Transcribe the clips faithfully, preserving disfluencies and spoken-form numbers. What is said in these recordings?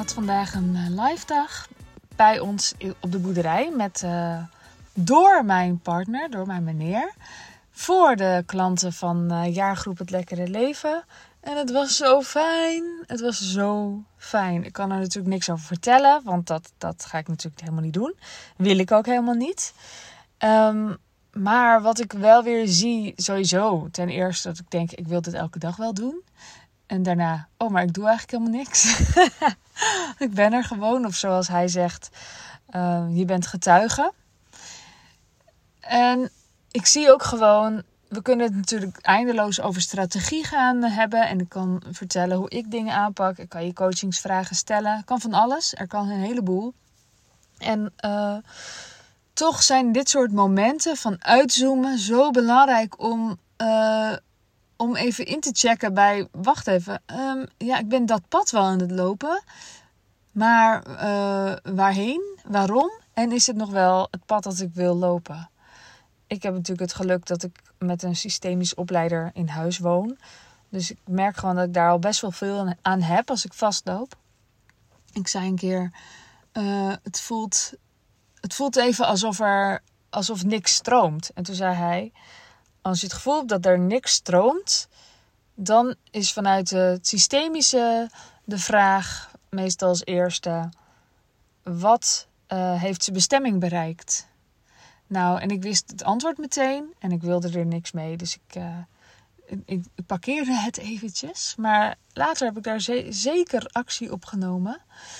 had vandaag een live dag bij ons op de boerderij met, uh, door mijn partner, door mijn meneer, voor de klanten van uh, jaargroep Het Lekkere Leven. En het was zo fijn. Het was zo fijn. Ik kan er natuurlijk niks over vertellen, want dat, dat ga ik natuurlijk helemaal niet doen. Wil ik ook helemaal niet. Um, maar wat ik wel weer zie, sowieso, ten eerste dat ik denk, ik wil dit elke dag wel doen. En daarna, oh, maar ik doe eigenlijk helemaal niks. Ik ben er gewoon, of zoals hij zegt, uh, je bent getuige. En ik zie ook gewoon, we kunnen het natuurlijk eindeloos over strategie gaan hebben. En ik kan vertellen hoe ik dingen aanpak. Ik kan je coachingsvragen stellen. Kan van alles. Er kan een heleboel. En uh, toch zijn dit soort momenten van uitzoomen zo belangrijk om, uh, om even in te checken bij, wacht even, um, ja, ik ben dat pad wel aan het lopen. Maar uh, waarheen? Waarom? En is het nog wel het pad dat ik wil lopen? Ik heb natuurlijk het geluk dat ik met een systemisch opleider in huis woon. Dus ik merk gewoon dat ik daar al best wel veel aan heb als ik vastloop. Ik zei een keer, uh, het voelt, het voelt even alsof er alsof niks stroomt. En toen zei hij, als je het gevoel hebt dat er niks stroomt, dan is vanuit het systemische de vraag meestal als eerste, wat uh, heeft zijn bestemming bereikt? Nou, en ik wist het antwoord meteen en ik wilde er niks mee. Dus ik, uh, ik, ik parkeerde het eventjes. Maar later heb ik daar ze- zeker actie op genomen.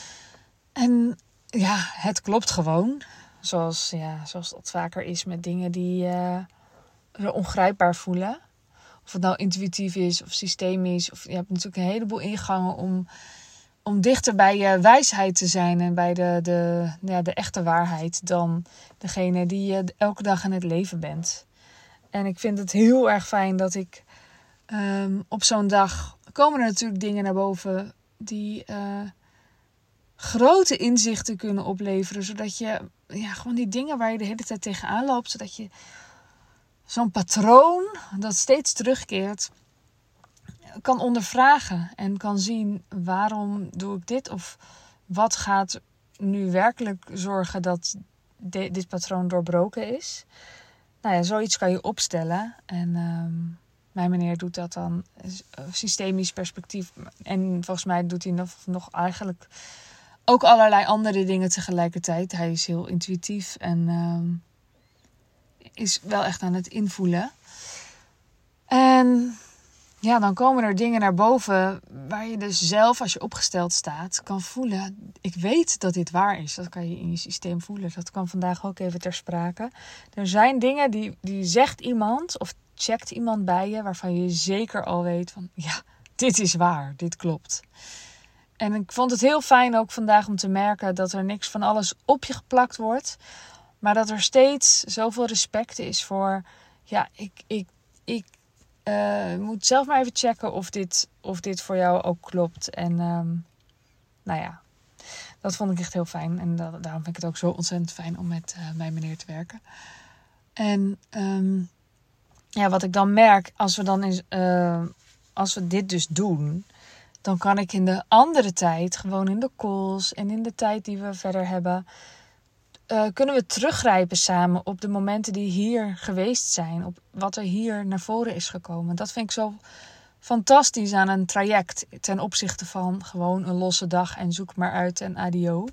En ja, het klopt gewoon. Zoals, ja, zoals dat vaker is met dingen die uh, zo ongrijpbaar voelen. Of het nou intuïtief is of systemisch. Of, je hebt natuurlijk een heleboel ingangen om, om dichter bij je wijsheid te zijn. En bij de, de, ja, de echte waarheid dan degene die je elke dag in het leven bent. En ik vind het heel erg fijn dat ik um, op zo'n dag komen er natuurlijk dingen naar boven die uh, grote inzichten kunnen opleveren. Zodat je ja, gewoon die dingen waar je de hele tijd tegenaan loopt, zodat je zo'n patroon dat steeds terugkeert kan ondervragen en kan zien waarom doe ik dit of wat gaat nu werkelijk zorgen dat de, dit patroon doorbroken is. Nou ja, zoiets kan je opstellen en um, mijn meneer doet dat dan systemisch perspectief en volgens mij doet hij nog, nog eigenlijk ook allerlei andere dingen tegelijkertijd. Hij is heel intuïtief en um, is wel echt aan het invoelen. En ja, dan komen er dingen naar boven waar je dus zelf, als je opgesteld staat, kan voelen. Ik weet dat dit waar is. Dat kan je in je systeem voelen. Dat kwam vandaag ook even ter sprake. Er zijn dingen die, die zegt iemand of checkt iemand bij je waarvan je zeker al weet van ja, dit is waar, dit klopt. En ik vond het heel fijn ook vandaag om te merken dat er niks van alles op je geplakt wordt. Maar dat er steeds zoveel respect is voor, ja, ik, ik, ik uh, moet zelf maar even checken of dit, of dit voor jou ook klopt. En um, nou ja, dat vond ik echt heel fijn. En dat, daarom vind ik het ook zo ontzettend fijn om met uh, mijn meneer te werken. En um, ja, wat ik dan merk, als we dan in, uh, als we dit dus doen, dan kan ik in de andere tijd, gewoon in de calls en in de tijd die we verder hebben, Uh, kunnen we teruggrijpen samen op de momenten die hier geweest zijn. Op wat er hier naar voren is gekomen. Dat vind ik zo fantastisch aan een traject. Ten opzichte van gewoon een losse dag en zoek maar uit en adio.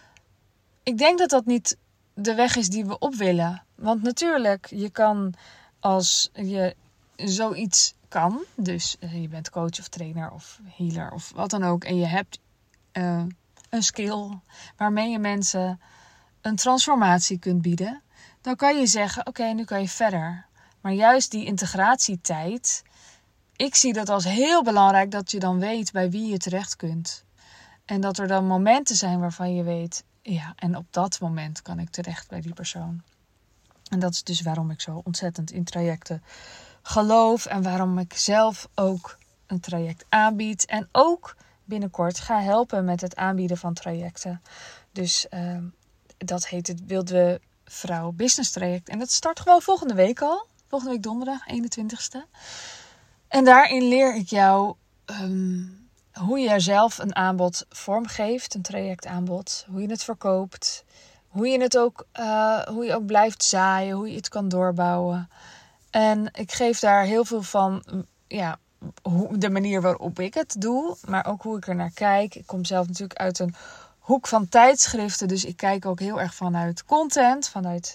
Ik denk dat dat niet de weg is die we op willen. Want natuurlijk, je kan als je zoiets kan. Dus uh, je bent coach of trainer of healer of wat dan ook. En je hebt uh, een skill waarmee je mensen een transformatie kunt bieden, dan kan je zeggen, oké, okay, nu kan je verder. Maar juist die integratietijd, ik zie dat als heel belangrijk dat je dan weet bij wie je terecht kunt. En dat er dan momenten zijn waarvan je weet, ja, en op dat moment kan ik terecht bij die persoon. En dat is dus waarom ik zo ontzettend in trajecten geloof en waarom ik zelf ook een traject aanbied en ook binnenkort ga helpen met het aanbieden van trajecten. Dus uh, dat heet het Wilde Vrouw Business Traject. En dat start gewoon volgende week al. Volgende week donderdag, eenentwintigste. En daarin leer ik jou um, hoe je zelf een aanbod vormgeeft, een trajectaanbod, hoe je het verkoopt, hoe je het ook, uh, hoe je ook blijft zaaien, hoe je het kan doorbouwen. En ik geef daar heel veel van, ja, hoe, de manier waarop ik het doe, maar ook hoe ik er naar kijk. Ik kom zelf natuurlijk uit een hoek van tijdschriften, dus ik kijk ook heel erg vanuit content, vanuit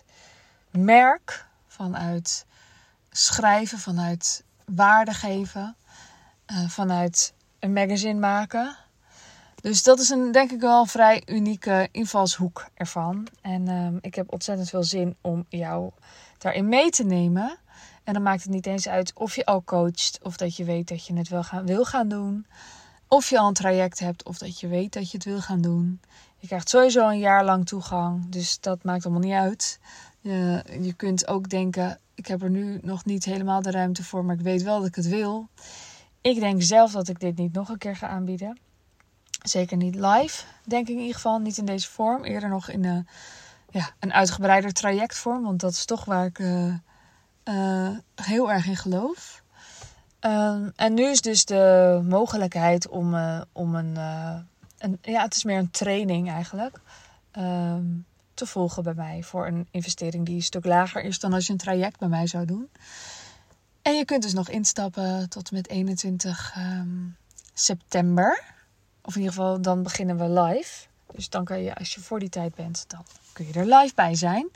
merk, vanuit schrijven, vanuit waarde geven, uh, vanuit een magazine maken. Dus dat is een, denk ik wel een vrij unieke invalshoek ervan. En uh, ik heb ontzettend veel zin om jou daarin mee te nemen. En dan maakt het niet eens uit of je al coacht, of dat je weet dat je het wel gaan, wil gaan doen. Of je al een traject hebt, of dat je weet dat je het wil gaan doen. Je krijgt sowieso een jaar lang toegang, dus dat maakt allemaal niet uit. Je, je kunt ook denken, ik heb er nu nog niet helemaal de ruimte voor, maar ik weet wel dat ik het wil. Ik denk zelf dat ik dit niet nog een keer ga aanbieden. Zeker niet live, denk ik in ieder geval. Niet in deze vorm. Eerder nog in een, ja, een uitgebreider trajectvorm. Want dat is toch waar ik uh, uh, heel erg in geloof. Um, en nu is dus de mogelijkheid om, uh, om een, uh, een... Ja, het is meer een training eigenlijk. Um, te volgen bij mij. Voor een investering die een stuk lager is dan als je een traject bij mij zou doen. En je kunt dus nog instappen tot en met eenentwintig um, september. Of in ieder geval, dan beginnen we live. Dus dan kan je, als je voor die tijd bent, dan kun je er live bij zijn.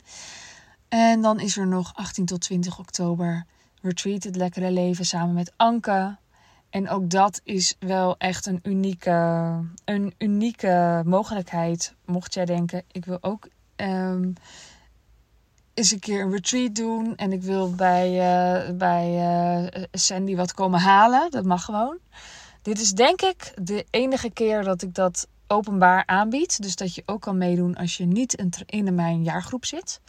En dan is er nog achttien tot twintig oktober Retreat het Lekkere Leven samen met Anke. En ook dat is wel echt een unieke, een unieke mogelijkheid. Mocht jij denken, ik wil ook um, eens een keer een retreat doen. En ik wil bij, uh, bij uh, Sandy wat komen halen. Dat mag gewoon. Dit is denk ik de enige keer dat ik dat openbaar aanbied. Dus dat je ook kan meedoen als je niet in mijn jaargroep zit.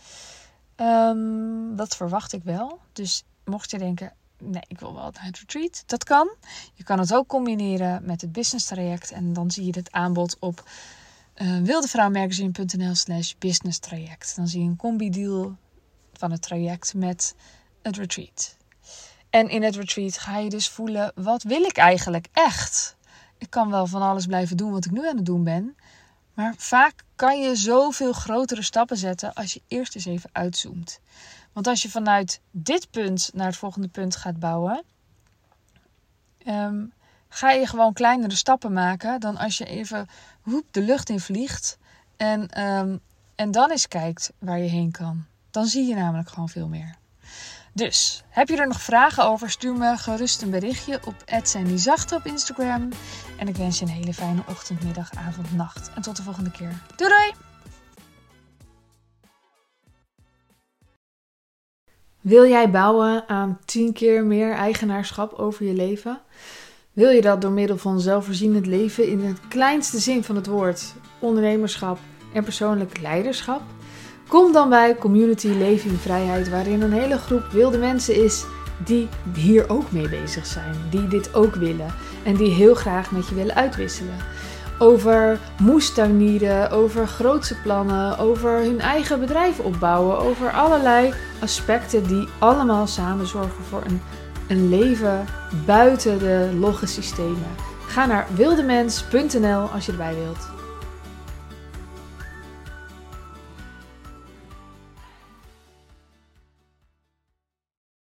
Um, dat verwacht ik wel. Dus mocht je denken, nee, ik wil wel naar het retreat. Dat kan. Je kan het ook combineren met het business traject. En dan zie je het aanbod op uh, wildevrouwmagazine.nl slash business traject. Dan zie je een combi-deal van het traject met het retreat. En in het retreat ga je dus voelen, wat wil ik eigenlijk echt? Ik kan wel van alles blijven doen wat ik nu aan het doen ben. Maar vaak kan je zoveel grotere stappen zetten als je eerst eens even uitzoomt. Want als je vanuit dit punt naar het volgende punt gaat bouwen, um, ga je gewoon kleinere stappen maken dan als je even woep, de lucht in vliegt. En, um, en dan eens kijkt waar je heen kan. Dan zie je namelijk gewoon veel meer. Dus, heb je er nog vragen over? Stuur me gerust een berichtje op at sandy zachte op Instagram. En ik wens je een hele fijne ochtend, middag, avond, nacht. En tot de volgende keer. Doei doei! Wil jij bouwen aan tien keer meer eigenaarschap over je leven? Wil je dat door middel van zelfvoorzienend leven in het kleinste zin van het woord, ondernemerschap en persoonlijk leiderschap? Kom dan bij Community Leven in Vrijheid, waarin een hele groep wilde mensen is die hier ook mee bezig zijn. Die dit ook willen en die heel graag met je willen uitwisselen. Over moestuinieren, over grootse plannen, over hun eigen bedrijf opbouwen. Over allerlei aspecten die allemaal samen zorgen voor een, een leven buiten de logge systemen. Ga naar wildemens punt n l als je erbij wilt.